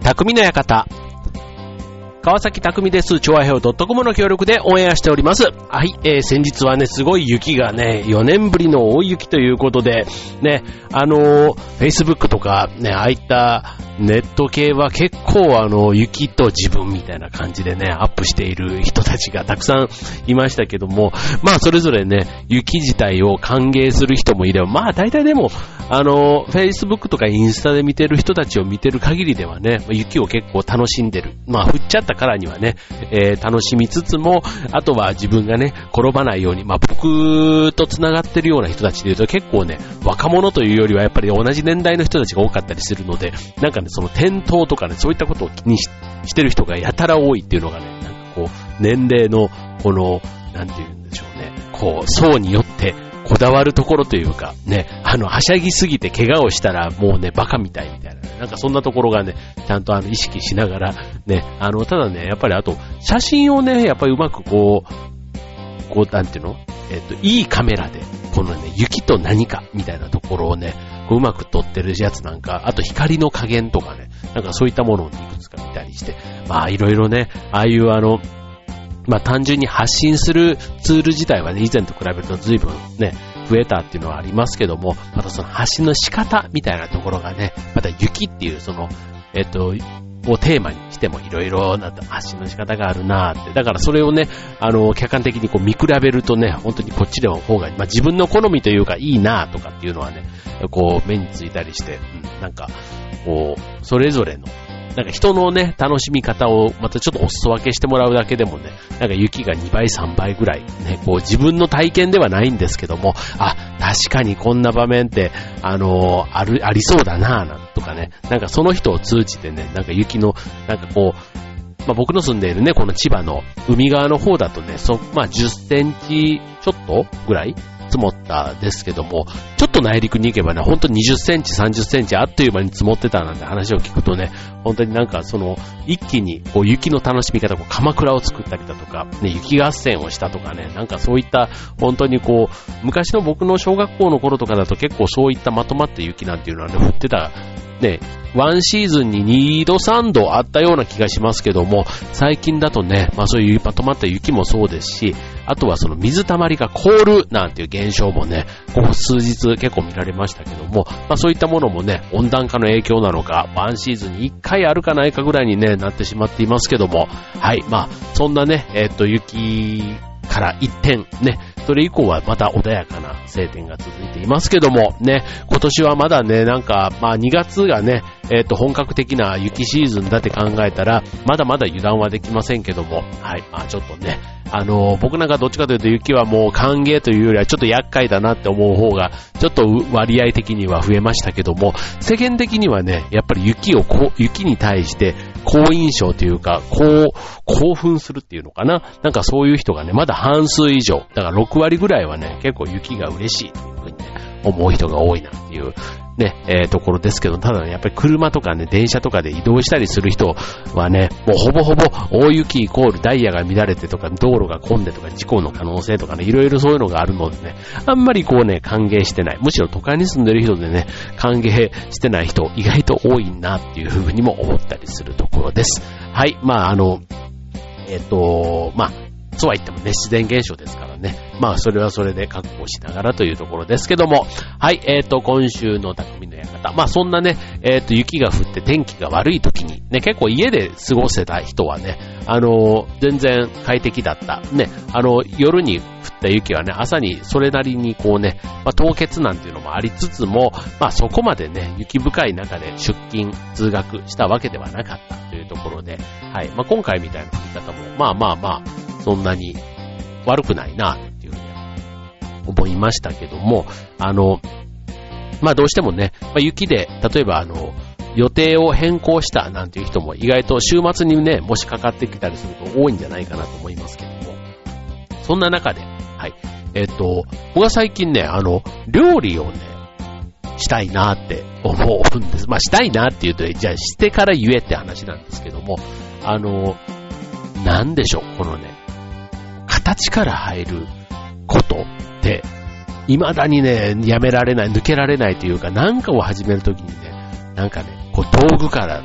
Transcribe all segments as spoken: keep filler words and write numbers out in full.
匠の館。川崎匠です。チョアヘオ .com の協力でオンエアしております。はい、えー、先日はね、すごい雪がね、よねんぶりの大雪ということで、ね、あのー、Facebook とかね、ああいったネット系は結構あの、雪と自分みたいな感じでね、アップしている人たちがたくさんいましたけども、まあそれぞれね、雪自体を歓迎する人もいれば、まあ大体でも、あの、Facebook とかインスタで見てる人たちを見てる限りではね、雪を結構楽しんでる。まあ降っちゃったからにはね、えー、楽しみつつも、あとは自分がね、転ばないように、まあ僕と繋がってるような人たちで言うと結構ね、若者というよりはやっぱり同じ年代の人たちが多かったりするので、なんかね、その転倒とかね、そういったことを気に し, してる人がやたら多いっていうのがね、なんかこう、年齢の、この、なんていうんでしょうね、こう、層によって、こだわるところというか、ね、あの、はしゃぎすぎて怪我をしたらもうね、バカみたいみたいな、ね、なんかそんなところがね、ちゃんとあの、意識しながら、ね、あの、ただね、やっぱりあと、写真をね、やっぱりうまくこう、こう、なんていうのえっと、いいカメラで、このね、雪と何かみたいなところをね、こううまく撮ってるやつなんか、あと光の加減とかね、なんかそういったものをいくつか見たりして、まあいろいろね、ああいうあの、まあ単純に発信するツール自体はね、以前と比べると随分ね、増えたっていうのはありますけども、またその発信の仕方みたいなところがね、また雪っていうその、えっと、をテーマにしてもいろいろな発信の仕方があるなーって。だからそれをね、あの、客観的にこう見比べるとね、本当にこっちの方が、まあ自分の好みというかいいなーとかっていうのはね、こう目についたりして、うん、なんか、こう、それぞれの、なんか人のね、楽しみ方をまたちょっとお裾分けしてもらうだけでもね、なんか雪がにばいさんばいぐらいね、こう自分の体験ではないんですけども、あ、確かにこんな場面って、あのー、ある、ありそうだなぁなんとかね、なんかその人を通じてね、なんか雪の、なんかこう、まあ、僕の住んでいるね、この千葉の海側の方だとね、そ、まあ、じゅっセンチちょっとぐらい積もったですけども、ちょっと内陸に行けばね、ほんとにじゅっセンチ、さんじゅっセンチあっという間に積もってたなんて話を聞くとね、本当になんかその、一気にこう雪の楽しみ方、こう鎌倉を作ったりだとか、ね、雪合戦をしたとかね、なんかそういった本当にこう、昔の僕の小学校の頃とかだと結構そういったまとまった雪なんていうのはね、降ってた、ね、ワンシーズンににどさんどあったような気がしますけども、最近だとね、まあそういうまとまった雪もそうですし、あとはその水たまりが凍るなんていう現象もね、ここ数日結構見られましたけども、まあそういったものもね、温暖化の影響なのか、ワンシーズンにいっかいあるかないかぐらいにね、なってしまっていますけども、はい、まあそんなね、えっと雪から一転ね、それ以降はまた穏やかな晴天が続いていますけどもね、今年はまだね、なんかまあにがつがね、えっと本格的な雪シーズンだって考えたらまだまだ油断はできませんけども、はい、まあちょっとね、あのー、僕なんかどっちかというと雪はもう歓迎というよりはちょっと厄介だなって思う方がちょっと割合的には増えましたけども、世間的にはね、やっぱり雪をこう雪に対して好印象というか、こう興奮するっていうのかな、なんかそういう人がね、まだ半数以上、だからろくわりぐらいはね、結構雪が嬉しいというふうにね、思う人が多いなっていうね、えー、ところですけど、ただね、やっぱり車とかね、電車とかで移動したりする人はね、もうほぼほぼ大雪イコールダイヤが乱れてとか、道路が混んでとか、事故の可能性とかね、いろいろそういうのがあるのでね、あんまりこうね、歓迎してない。むしろ都会に住んでる人でね、歓迎してない人、意外と多いなっていうふうにも思ったりするところです。はい、まああの、えっと、まあ、そうは言ってもね、自然現象ですからね。まあ、それはそれで覚悟しながらというところですけども。はい、えっと、今週の匠の館。まあ、そんなね、えっと、雪が降って天気が悪い時に、ね、結構家で過ごせた人はね、あの、全然快適だった。ね、あの、夜に降った雪はね、朝にそれなりにこうね、まあ、凍結なんていうのもありつつも、まあ、そこまでね、雪深い中で出勤、通学したわけではなかったというところで、はい、まあ、今回みたいな降り方も、まあまあまあ、そんなに悪くないなっていうふうに思いましたけども、あの、まあどうしてもね、まあ、雪で、例えばあの、予定を変更したなんていう人も意外と週末にね、もしかかってきたりすると多いんじゃないかなと思いますけども、そんな中で、はい、えっと、僕は最近ね、あの、料理をね、したいなって思うんです。まあしたいなって言うと、じゃあしてから言えって話なんですけども、あの、なんでしょう、このね、形から入ることって、未だにね、やめられない、抜けられないというか、なんかを始めるときにね、なんかね、こう道具からとかね、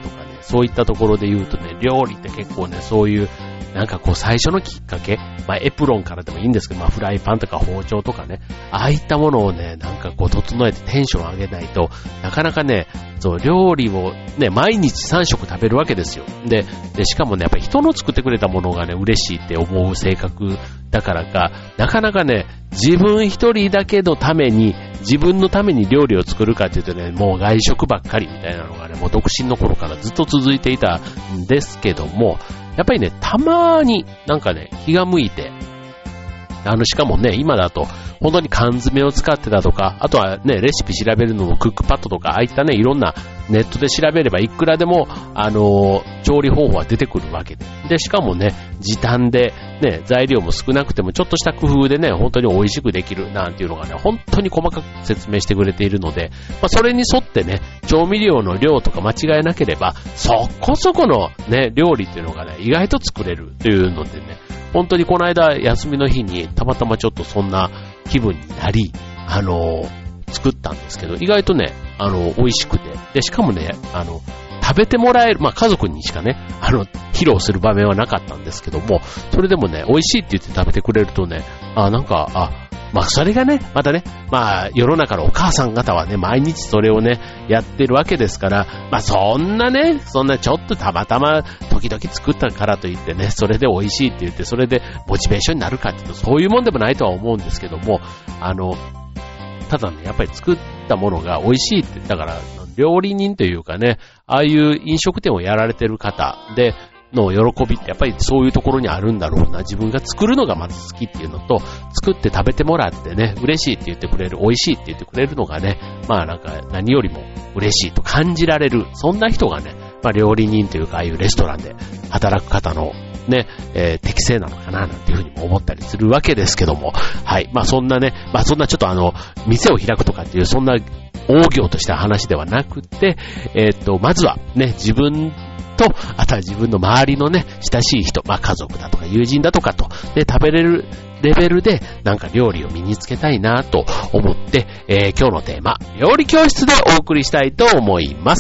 そういったところで言うとね、料理って結構ね、そういう、なんかこう最初のきっかけ、まあエプロンからでもいいんですけど、まあフライパンとか包丁とかね、ああいったものをね、なんかこう整えてテンション上げないと、なかなかね、そう、料理をね、毎日さん食食べるわけですよ。で、でしかもね、やっぱり人の作ってくれたものがね、嬉しいって思う性格だからか、なかなかね、自分一人だけのために、自分のために料理を作るかっていうとね、もう外食ばっかりみたいなのがね、もう独身の頃からずっと続いていたんですけども、やっぱりね、たまーになんかね、気が向いて、あの、しかもね、今だと、本当に缶詰を使ってたとか、あとはね、レシピ調べるのもクックパッドとか、ああいったね、いろんなネットで調べればいくらでも、あのー、調理方法は出てくるわけで。で、しかもね、時短で、ね、材料も少なくても、ちょっとした工夫でね、本当に美味しくできるなんていうのがね、本当に細かく説明してくれているので、まあ、それに沿ってね、調味料の量とか間違えなければ、そこそこのね、料理っていうのがね、意外と作れるというのでね、本当にこの間休みの日にたまたまちょっとそんな気分になり、あのー、作ったんですけど、意外とね、あのー、美味しくて、で、しかもね、あの、食べてもらえる、まあ、家族にしかね、あの、披露する場面はなかったんですけども、それでもね、美味しいって言って食べてくれるとね、あ、なんか、あ、まあ、それがね、またね、まあ、世の中のお母さん方はね、毎日それをね、やってるわけですから、まあ、そんなね、そんなちょっとたまたま、時々作ったからといってね、それで美味しいって言って、それでモチベーションになるかっていうと、そういうもんでもないとは思うんですけども、あの、ただね、やっぱり作ったものが美味しいって、だから、料理人というかね、ああいう飲食店をやられてる方で、の喜びってやっぱりそういうところにあるんだろうな。自分が作るのがまず好きっていうのと、作って食べてもらってね、嬉しいって言ってくれる、美味しいって言ってくれるのがね、まあなんか何よりも嬉しいと感じられる、そんな人がね、まあ料理人というか、ああいうレストランで働く方のね、えー、適正なのかななんていうふうにも思ったりするわけですけども、はい。まあそんなね、まあそんなちょっとあの、店を開くとかっていう、そんな大行とした話ではなくて、えー、っと、まずはね、自分と、あとは自分の周りのね、親しい人、まあ家族だとか友人だとかと、で、食べれるレベルで、なんか料理を身につけたいなと思って、えー、今日のテーマ、料理教室でお送りしたいと思います。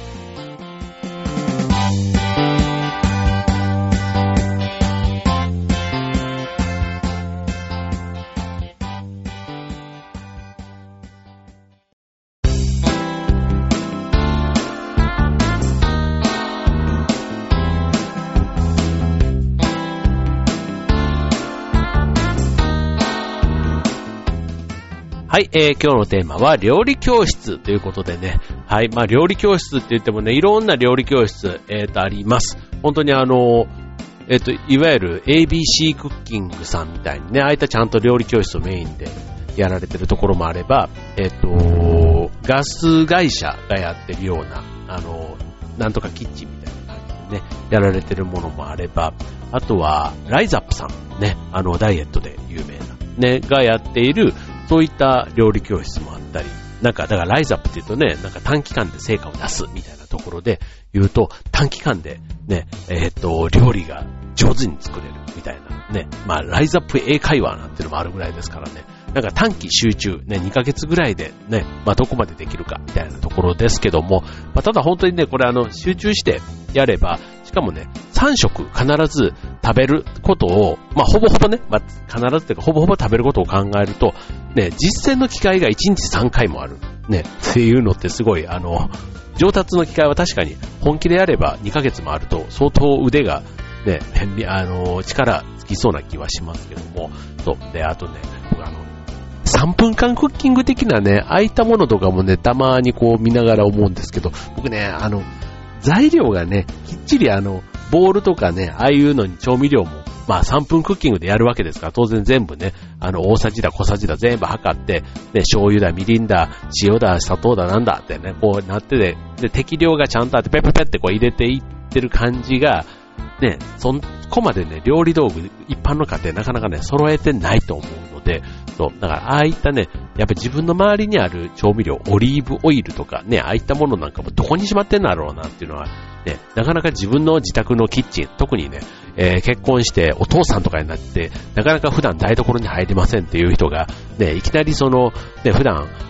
はい、えー、今日のテーマは料理教室ということでね、はい、まあ料理教室って言ってもね、いろんな料理教室、えーと、あります。本当にあの、えっと、いわゆる エービーシー クッキングさんみたいにね、ああいったちゃんと料理教室をメインでやられてるところもあれば、えっと、ガス会社がやってるような、あの、なんとかキッチンみたいな感じでね、やられてるものもあれば、あとは、ライザップさん、ね、あの、ダイエットで有名な、ね、がやっている、そういった料理教室もあったり、なんか、だからライズアップって言うとね、なんか短期間で成果を出すみたいなところで言うと、短期間でね、えー、っと、料理が上手に作れるみたいなね、まあ、ライズアップ英会話なんていうのもあるぐらいですからね、なんか短期集中、ね、にかげつぐらいでね、まあ、どこまでできるかみたいなところですけども、まあ、ただ本当にね、これあの、集中してやれば、しかもね、さん食必ず食べることを、まあ、ほぼほぼね、まあ、必ずというか、ほぼほぼ食べることを考えると、ね、実践の機会がいちにちさんかいもある。ね、っていうのってすごい、あの、上達の機会は確かに本気でやればにかげつもあると、相当腕がね、あの、力つきそうな気はしますけども、そう。で、あとね、僕あの、さんぷんかんクッキング的なね、ああいったものとかもね、たまにこう見ながら思うんですけど、僕ね、あの、材料がね、きっちりあの、ボールとかね、ああいうのに調味料も、まあさんぷんクッキングでやるわけですから、当然全部ね、あの、大さじだ、小さじだ、全部測って、ね、醤油だ、みりんだ、塩だ、砂糖だ、なんだってね、こうなってて、で、適量がちゃんとあって、ペペペってこう入れていってる感じが、ね、そこまでね、料理道具、一般の家庭なかなかね、揃えてないと思うので、そう、だから、ああいったね、やっぱり自分の周りにある調味料、オリーブオイルとかね、ああいったものなんかもどこにしまってんだろうなっていうのは、ね、なかなか自分の自宅のキッチン、特にね、えー、結婚してお父さんとかになって、なかなか普段台所に入りませんっていう人が、ね、いきなりその、ね、普段、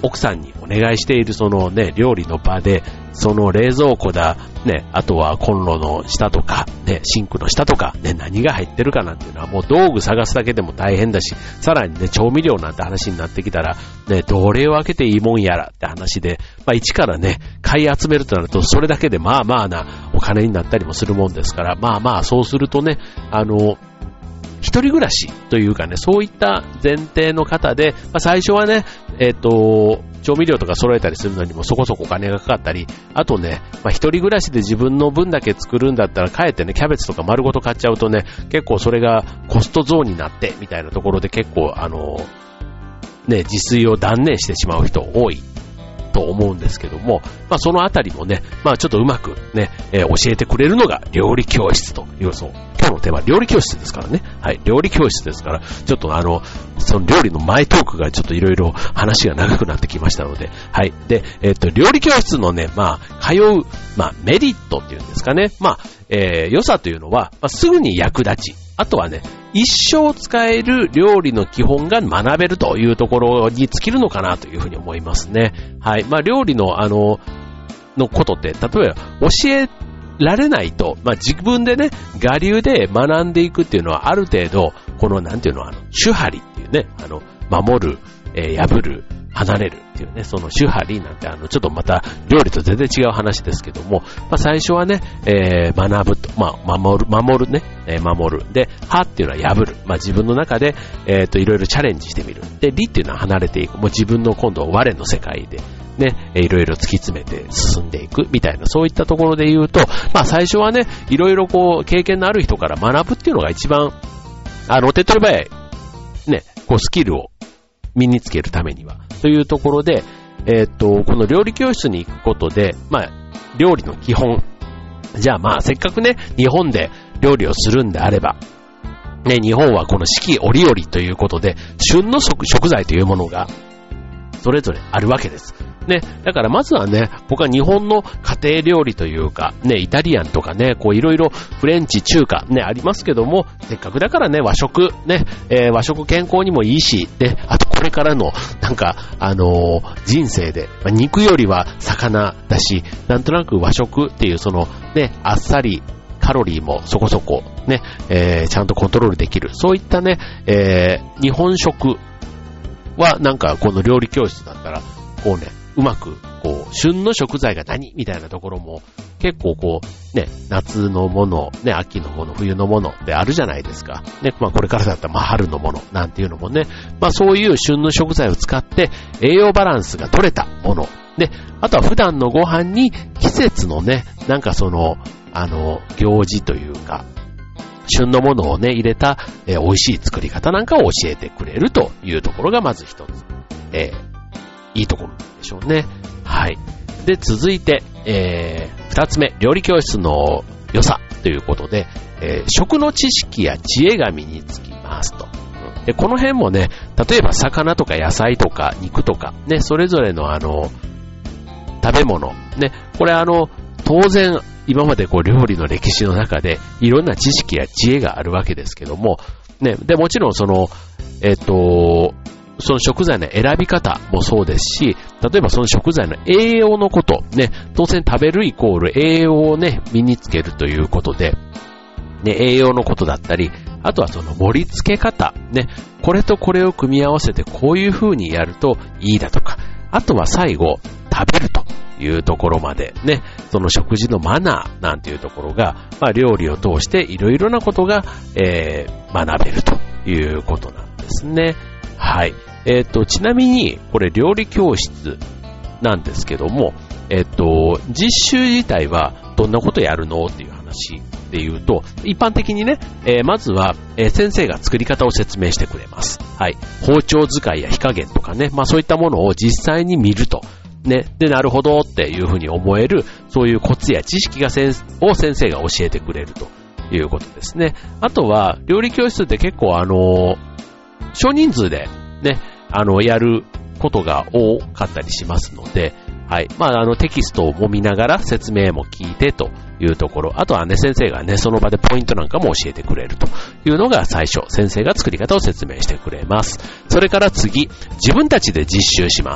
奥さんにお願いしているそのね、料理の場で、その冷蔵庫だ、ね、あとはコンロの下とか、ね、シンクの下とか、ね、何が入ってるかなんていうのはもう道具探すだけでも大変だし、さらにね、調味料なんて話になってきたら、ね、どれを開けていいもんやらって話で、まあ一からね、買い集めるとなると、それだけでまあまあなお金になったりもするもんですから、まあまあそうするとね、あの、一人暮らしというかね、そういった前提の方で、まあ、最初はね、えっと、調味料とか揃えたりするのにもそこそこお金がかかったり、あとね、まあ、一人暮らしで自分の分だけ作るんだったら、かえってね、キャベツとか丸ごと買っちゃうとね、結構それがコストゾーンになって、みたいなところで結構、あの、ね、自炊を断念してしまう人多いと思うんですけども、まあそのあたりもね、まあちょっとうまくね、えー、教えてくれるのが料理教室という、そう、今日のテーマは料理教室ですからね。はい、料理教室ですから、ちょっとあの、その料理の前トークがちょっといろいろ話が長くなってきましたので、はい。で、えっと、料理教室のね、まあ、通う、まあメリットっていうんですかね、まあ、えー、良さというのは、まあ、すぐに役立ち、あとはね、一生使える料理の基本が学べるというところに尽きるのかなというふうに思いますね。はい。まあ、料理のあの、のことって、例えば教えられないと、まあ、自分でね、我流で学んでいくっていうのはある程度、このなんていうの、あの、手張りっていうね、あの、守る、えー、破る、離れるっていうね、その手張りなんてあの、ちょっとまた料理と全然違う話ですけども、まあ最初はね、えー、学ぶと、まあ守る、守るね、えー、守る。で、歯っていうのは破る。まあ自分の中で、えっと、いろいろチャレンジしてみる。で、理っていうのは離れていく。もう自分の今度は我の世界で、ね、いろいろ突き詰めて進んでいくみたいな、そういったところで言うと、まあ最初はね、いろいろこう、経験のある人から学ぶっていうのが一番、あの、手っ取り早い、ね、こう、スキルを身につけるためには。というところで、えー、っと、この料理教室に行くことで、まあ、料理の基本。じゃあまあ、せっかくね、日本で料理をするんであれば、ね、日本はこの四季折々ということで、旬の食材というものが、それぞれあるわけです。ね、だからまずはね、僕は日本の家庭料理というか、ね、イタリアンとかね、こういろいろフレンチ、中華ね、ありますけども、せっかくだからね、和食、ね、えー、和食健康にもいいし、で、あとこれからの、なんか、あのー、人生で、まあ、肉よりは魚だし、なんとなく和食っていうその、ね、あっさり、カロリーもそこそこ、ね、えー、ちゃんとコントロールできる。そういったね、えー、日本食はなんかこの料理教室だったら、こうね、うまく、こう、旬の食材が何みたいなところも、結構こう、ね、夏のもの、ね、秋のもの、冬のものであるじゃないですか。ね、まあこれからだったら、まあ春のもの、なんていうのもね、まあそういう旬の食材を使って、栄養バランスが取れたもの。で、あとは普段のご飯に季節のね、なんかその、あの、行事というか、旬のものをね、入れた、えー、美味しい作り方なんかを教えてくれるというところがまず一つ。えーいいところでしょうね。はい。で、続いて、えー、二つ目、料理教室の良さということで、えー、食の知識や知恵が身につきますと。で、この辺もね、例えば魚とか野菜とか肉とか、ね、それぞれのあの、食べ物、ね、これあの、当然、今までこう料理の歴史の中でいろんな知識や知恵があるわけですけども、ね、で、もちろんその、えっと、その食材の選び方もそうですし、例えばその食材の栄養のこと、ね、当然食べるイコール栄養をね、身につけるということで、ね、栄養のことだったり、あとはその盛り付け方、ね、これとこれを組み合わせてこういう風にやるといいだとか、あとは最後、食べるというところまで、ね、その食事のマナーなんていうところが、まあ料理を通していろいろなことが、えー、学べるということなんですね。はい。えっと、ちなみに、これ料理教室なんですけども、えっと、実習自体はどんなことやるのっていう話で言うと、一般的にね、えー、まずは、えー、先生が作り方を説明してくれます。はい。包丁使いや火加減とかね、まあそういったものを実際に見ると。ね。で、なるほどっていうふうに思える、そういうコツや知識が先を先生が教えてくれるということですね。あとは、料理教室って結構あのー、少人数でね、あの、やることが多かったりしますので、はい。まあ、あの、テキストをも見ながら説明も聞いてというところ、あとはね、先生がね、その場でポイントなんかも教えてくれるというのが最初、先生が作り方を説明してくれます。それから次、自分たちで実習しますと。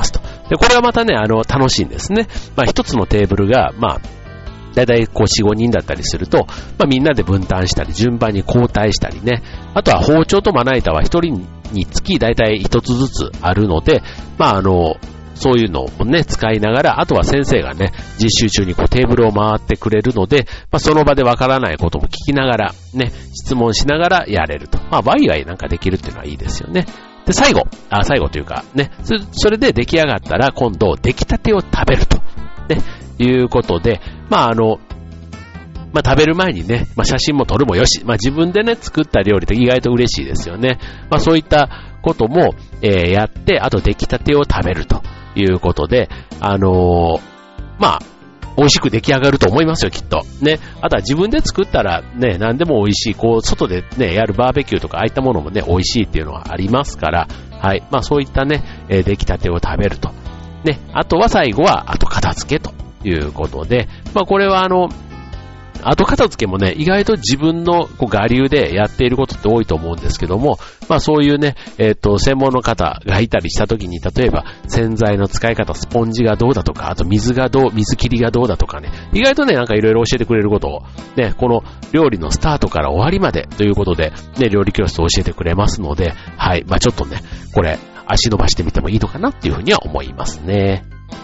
で、これはまたね、あの、楽しいんですね。まあ、一つのテーブルが、まあ、だいたいこうよん、ごにんだったりすると、まあみんなで分担したり、順番に交代したりね。あとは包丁とまな板はひとりにつきだいたいひとつずつあるので、まああの、そういうのをね、使いながら、あとは先生がね、実習中にこうテーブルを回ってくれるので、まあその場でわからないことも聞きながら、ね、質問しながらやれると。まあワイワイなんかできるっていうのはいいですよね。で、最後、あ、最後というかね、それで出来上がったら今度出来たてを食べると。ね。いうことで、まああの、まあ食べる前にね、まあ写真も撮るもよし、まあ自分でね、作った料理って意外と嬉しいですよね。まあそういったことも、えー、やって、あと出来たてを食べるということで、あのー、まあ、美味しく出来上がると思いますよ、きっと。ね。あとは自分で作ったらね、何でも美味しい、こう、外でね、やるバーベキューとか、ああいったものもね、美味しいっていうのはありますから、はい。まあそういったね、えー、出来たてを食べると。ね。あとは最後は、後片付けと。いうことで、まあこれはあの、後片付けもね、意外と自分のこう我流でやっていることって多いと思うんですけども、まあそういうね、えっと、専門の方がいたりしたときに、例えば洗剤の使い方、スポンジがどうだとか、あと水がどう、水切りがどうだとかね、意外とね、なんかいろいろ教えてくれることを、ね、この料理のスタートから終わりまでということで、ね、料理教室を教えてくれますので、はい、まあちょっとね、これ、足伸ばしてみてもいいのかなっていうふうには思いますね。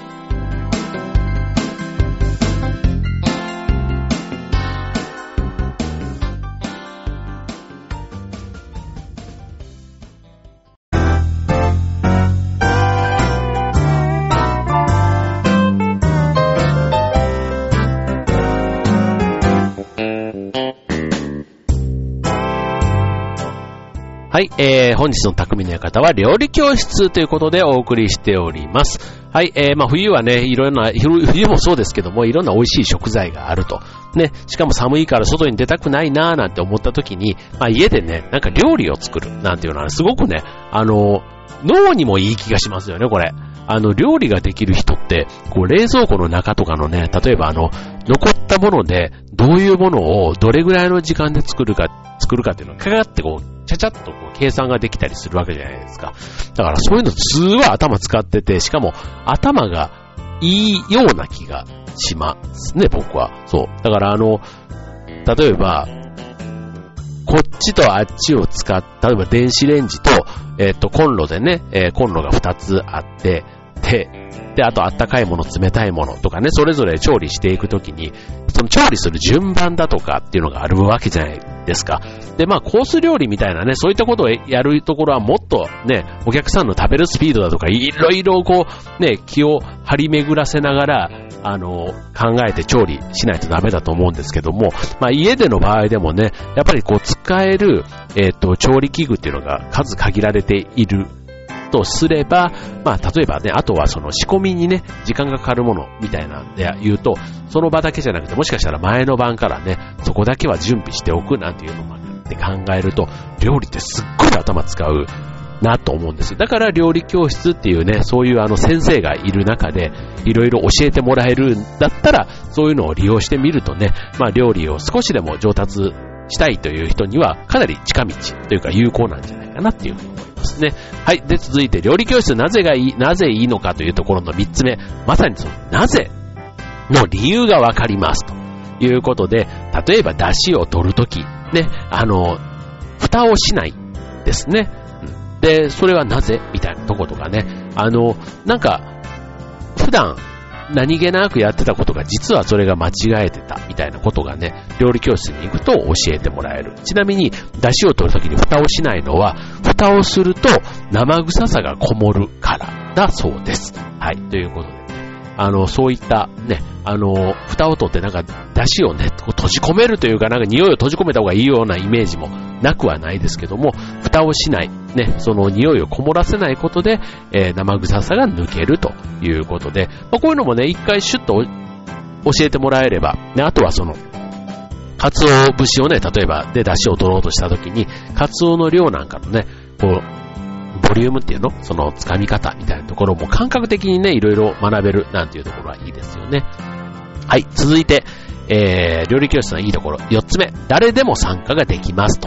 はい、えー、本日の匠の館は料理教室ということでお送りしております。はい、えー、まあ冬はね、いろんな、冬もそうですけども、いろんな美味しい食材があると。ね、しかも寒いから外に出たくないなーなんて思った時に、まあ家でね、なんか料理を作るなんていうのはすごくね、あの、脳にもいい気がしますよね、これ。あの、料理ができる人って、こう、冷蔵庫の中とかのね、例えばあの、残ったもので、どういうものをどれぐらいの時間で作るか、作るかっていうのを、かかってこう、ちゃちゃっとこう、計算ができたりするわけじゃないですか。だからそういうのすごい頭使ってて、しかも頭がいいような気がしますね、僕は。そう。だからあの、例えば、こっちとあっちを使った、例えば電子レンジと、えっと、コンロでね、えー、コンロがふたつあって、で、で、あとあったかいもの、冷たいものとかね、それぞれ調理していくときに、その調理する順番だとかっていうのがあるわけじゃないですか。で、まあ、コース料理みたいなね、そういったことをやるところはもっとね、お客さんの食べるスピードだとか、いろいろこう、ね、気を張り巡らせながら、あの、考えて調理しないとダメだと思うんですけども、まあ、家での場合でもね、やっぱりこう、使える、えっと、調理器具っていうのが数限られている。とすれば、まあ、例えばね、あとはその仕込みにね、時間がかかるものみたいなんで言うと、その場だけじゃなくて、もしかしたら前の晩からね、そこだけは準備しておくなんていうのもって考えると、料理ってすっごい頭使うなと思うんですよ。だから料理教室っていうね、そういうあの先生がいる中で、いろいろ教えてもらえるんだったら、そういうのを利用してみるとね、まあ料理を少しでも上達したいという人には、かなり近道というか有効なんじゃないかなっていうふうに思います。ですね。はい。で、続いて料理教室なぜがいい、なぜいいのかというところのみっつめ。まさにその、なぜの理由がわかりますということで、例えば出汁を取るとき、ね、あの、蓋をしないですね。で、それはなぜみたいなとことかね。あの、なんか、普段、何気なくやってたことが実はそれが間違えてたみたいなことがね、料理教室に行くと教えてもらえる。ちなみに出汁を取るときに蓋をしないのは、蓋をすると生臭さがこもるからだそうです。はい、ということでね、あのそういったね、あの蓋を取ってなんか出汁をね閉じ込めるというか、なんか匂いを閉じ込めた方がいいようなイメージもなくはないですけども、蓋をしないね、その匂いをこもらせないことで、えー、生臭さが抜けるということで、まあ、こういうのもね、一回シュッと教えてもらえれば、ね、あとはその鰹節をね、例えばで出汁を取ろうとしたときに、鰹の量なんかのね、こうボリュームっていうの、その掴み方みたいなところも感覚的にね、いろいろ学べるなんていうところはいいですよね。はい、続いて、えー、料理教室のいいところよっつめ、誰でも参加ができますと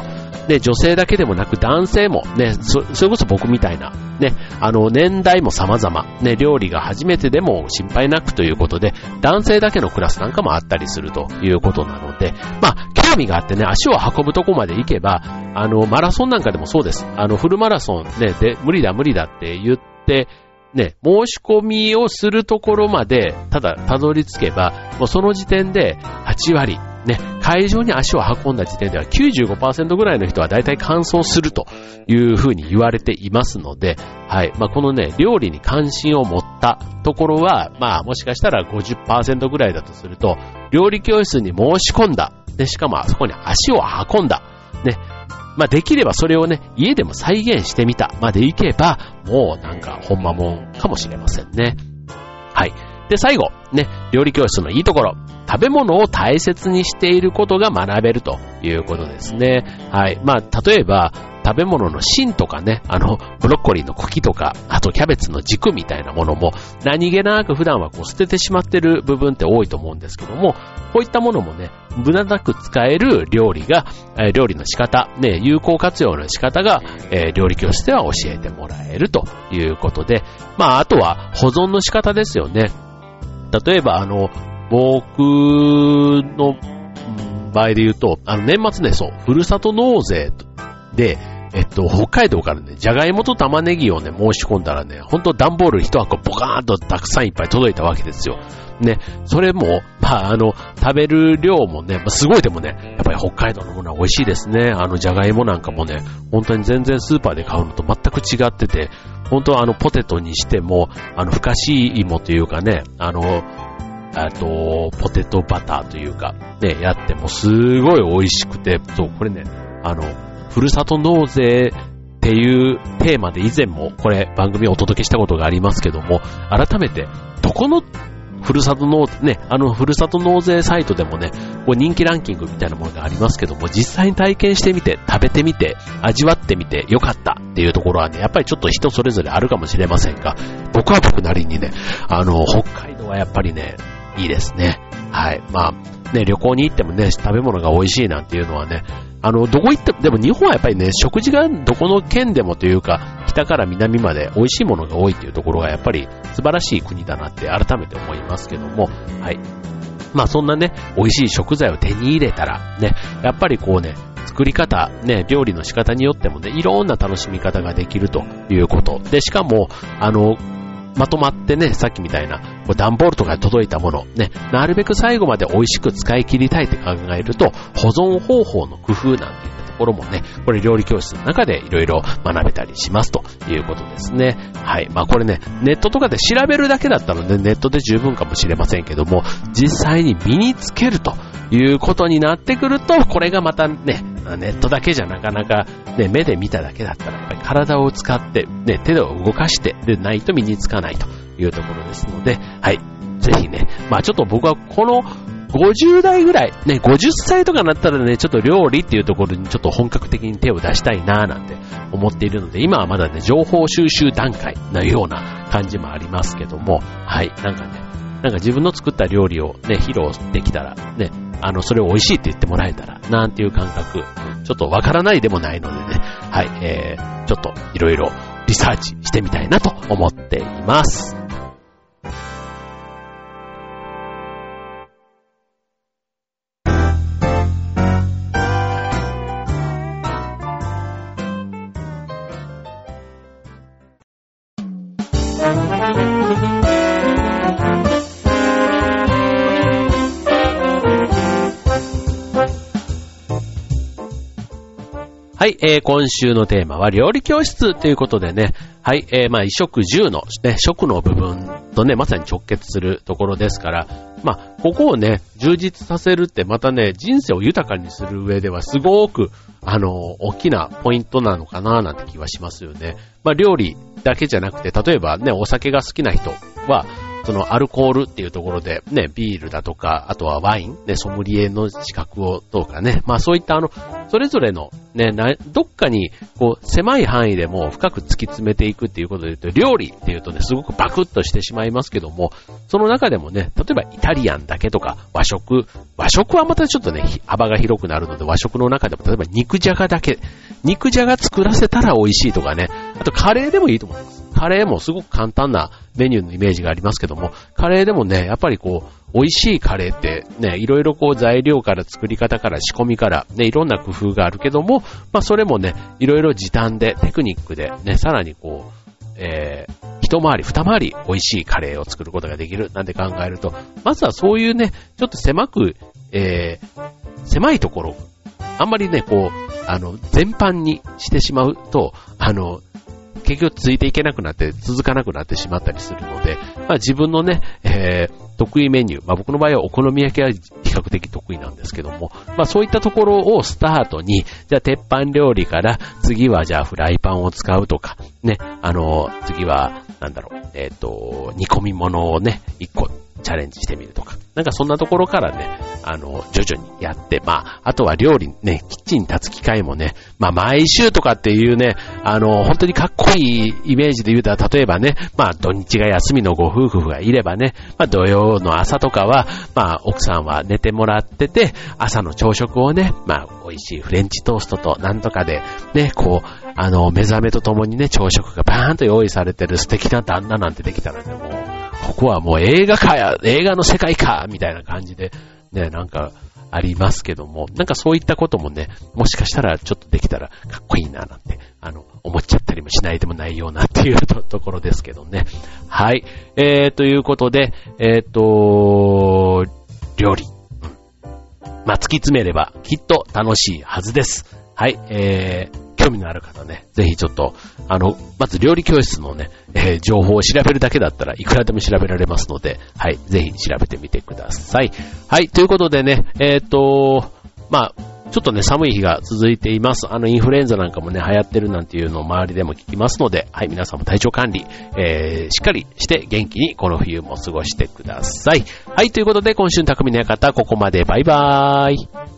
ね、女性だけでもなく男性もね、そ、それこそ僕みたいな、ね、あの、年代も様々、ね、料理が初めてでも心配なくということで、男性だけのクラスなんかもあったりするということなので、まあ、興味があってね、足を運ぶとこまで行けば、あの、マラソンなんかでもそうです。あの、フルマラソンね、で、無理だ無理だって言って、ね、申し込みをするところまで、ただ、たどり着けば、もうその時点ではちわり、ね、会場に足を運んだ時点では きゅうじゅうごパーセント ぐらいの人は大体完走するというふうに言われていますので、はい、まあ、このね、料理に関心を持ったところは、まあ、もしかしたら ごじゅっパーセント ぐらいだとすると、料理教室に申し込んだ、ね、しかもあそこに足を運んだ、ね、まあ、できればそれをね、家でも再現してみたまでいけば、もうなんか、ほんまもんかもしれませんね。はい。で、最後、ね、料理教室のいいところ。食べ物を大切にしていることが学べるということですね。はい。まあ、例えば、食べ物の芯とかね、あの、ブロッコリーの茎とか、あとキャベツの軸みたいなものも、何気なく普段はこう捨ててしまってる部分って多いと思うんですけども、こういったものもね、無駄なく使える料理が、えー、料理の仕方、ね、有効活用の仕方が、えー、料理教室では教えてもらえるということで、まあ、あとは保存の仕方ですよね。例えば、あの、僕の場合で言うと、あの、年末ね、そう、ふるさと納税で、えっと、北海道からね、じゃがいもと玉ねぎをね、申し込んだらね、ほんと段ボール一箱ボカーンとたくさんいっぱい届いたわけですよ。ね、それも、まあ、あの、食べる量もね、まあ、すごいでもね、やっぱり北海道のものは美味しいですね。あの、じゃがいもなんかもね、本当に全然スーパーで買うのと全く違ってて、本当はあの、ポテトにしても、あの、ふかし芋というかね、あの、あと、ポテトバターというか、ね、やってもすごい美味しくて、そう、これね、あの、ふるさと納税っていうテーマで以前もこれ番組をお届けしたことがありますけども、改めて、どこのふるさと納税、ね、あのふるさと納税サイトでもね、こう人気ランキングみたいなものがありますけども、実際に体験してみて、食べてみて、味わってみてよかったっていうところはね、やっぱりちょっと人それぞれあるかもしれませんが、僕は僕なりにね、あの、北海道はやっぱりね、いいですね。はい。まあ、ね、旅行に行ってもね、食べ物が美味しいなんていうのはね、あの、どこ行っても、でも日本はやっぱりね、食事がどこの県でもというか、北から南まで美味しいものが多いっていうところがやっぱり素晴らしい国だなって改めて思いますけども、はい。まあそんなね、美味しい食材を手に入れたら、ね、やっぱりこうね、作り方、ね、料理の仕方によってもね、いろんな楽しみ方ができるということ。で、しかも、あの、まとまってね、さっきみたいな、こう段ボールとかで届いたもの、ね、なるべく最後まで美味しく使い切りたいって考えると、保存方法の工夫なんていったところもね、これ料理教室の中でいろいろ学べたりしますということですね。はい。まあこれね、ネットとかで調べるだけだったので、ネットで十分かもしれませんけども、実際に身につけるということになってくると、これがまたね、ネットだけじゃなかなか、ね、目で見ただけだったらやっぱり体を使って、ね、手を動かしてでないと身につかないというところですので、はい、ぜひね、まあちょっと僕はこのごじゅう代ぐらい、ね、ごじゅっさいとかになったらね、ちょっと料理っていうところにちょっと本格的に手を出したいなぁなんて思っているので、今はまだね、情報収集段階のような感じもありますけども、はい、なんかね、なんか自分の作った料理をね、披露できたら、ね、あの、それを美味しいって言ってもらえたら、なんていう感覚、ちょっとわからないでもないのでね、はい、えー、ちょっといろいろリサーチしてみたいなと思っています。はい、えー、今週のテーマは料理教室ということでね、はい、えー、まあ、衣食住の、ね、食の部分とね、まさに直結するところですから、まあ、ここをね、充実させるってまたね、人生を豊かにする上ではすごく、あの、大きなポイントなのかななんて気はしますよね。まあ、料理だけじゃなくて、例えばね、お酒が好きな人は、 そのアルコールっていうところでね、ビールだとか、あとはワイン、ね、ソムリエの資格をどうかね、まあそういったあの、それぞれのね、どっかにこう狭い範囲でも深く突き詰めていくっていうことで言うと、料理っていうとね、すごくバクッとしてしまいますけども、その中でもね、例えばイタリアンだけとか和食、和食はまたちょっとね、幅が広くなるので、和食の中でも例えば肉じゃがだけ、肉じゃが作らせたら美味しいとかね、あとカレーでもいいと思います。カレーもすごく簡単なメニューのイメージがありますけども、カレーでもね、やっぱりこう、美味しいカレーってね、いろいろこう材料から作り方から仕込みからね、いろんな工夫があるけども、まあそれもね、いろいろ時短でテクニックでね、さらにこう、えー、一回り二回り美味しいカレーを作ることができるなんて考えると、まずはそういうね、ちょっと狭く、えー、狭いところ、あんまりね、こう、あの、全般にしてしまうと、あの、結局ついていけなくなって続かなくなってしまったりするので、まあ自分のね、えー、得意メニュー、まあ僕の場合はお好み焼きは比較的得意なんですけども、まあそういったところをスタートに、じゃあ鉄板料理から次はじゃあフライパンを使うとか、ね、あの、次はなんだろう、えっと、煮込み物をね、一個チャレンジしてみるとか、なんかそんなところからね、あの、徐々にやって、まあ、あとは料理ね、キッチンに立つ機会もね、まあ、毎週とかっていうね、あの、本当にかっこいいイメージで言うと、例えばね、まあ、土日が休みのご夫婦がいればね、まあ、土曜の朝とかは、まあ、奥さんは寝てもらってて、朝の朝食をね、まあ、美味しいフレンチトーストとなんとかで、ね、こう、あの、目覚めとともにね、朝食がバーンと用意されてる素敵な旦那なんてできたらね、もう、ここはもう映画かや、映画の世界か、みたいな感じで、ね、なんか、ありますけども、なんかそういったこともね、もしかしたらちょっとできたらかっこいいな、なんて、あの、思っちゃったりもしないでもないようなっていう と, ところですけどね。はい。えー、ということで、えーと、料理。うん。まあ、突き詰めればきっと楽しいはずです。はい。えー、興味のある方ね、ぜひちょっと、あの、まず料理教室のね、えー、情報を調べるだけだったらいくらでも調べられますので、はい、ぜひ調べてみてください。はい、ということでね、えっと、まあ、ちょっとね、寒い日が続いています。あの、インフルエンザなんかもね、流行ってるなんていうのを周りでも聞きますので、はい、皆さんも体調管理、えー、しっかりして元気にこの冬も過ごしてください。はい、ということで、今週の匠の館、ここまで。バイバーイ。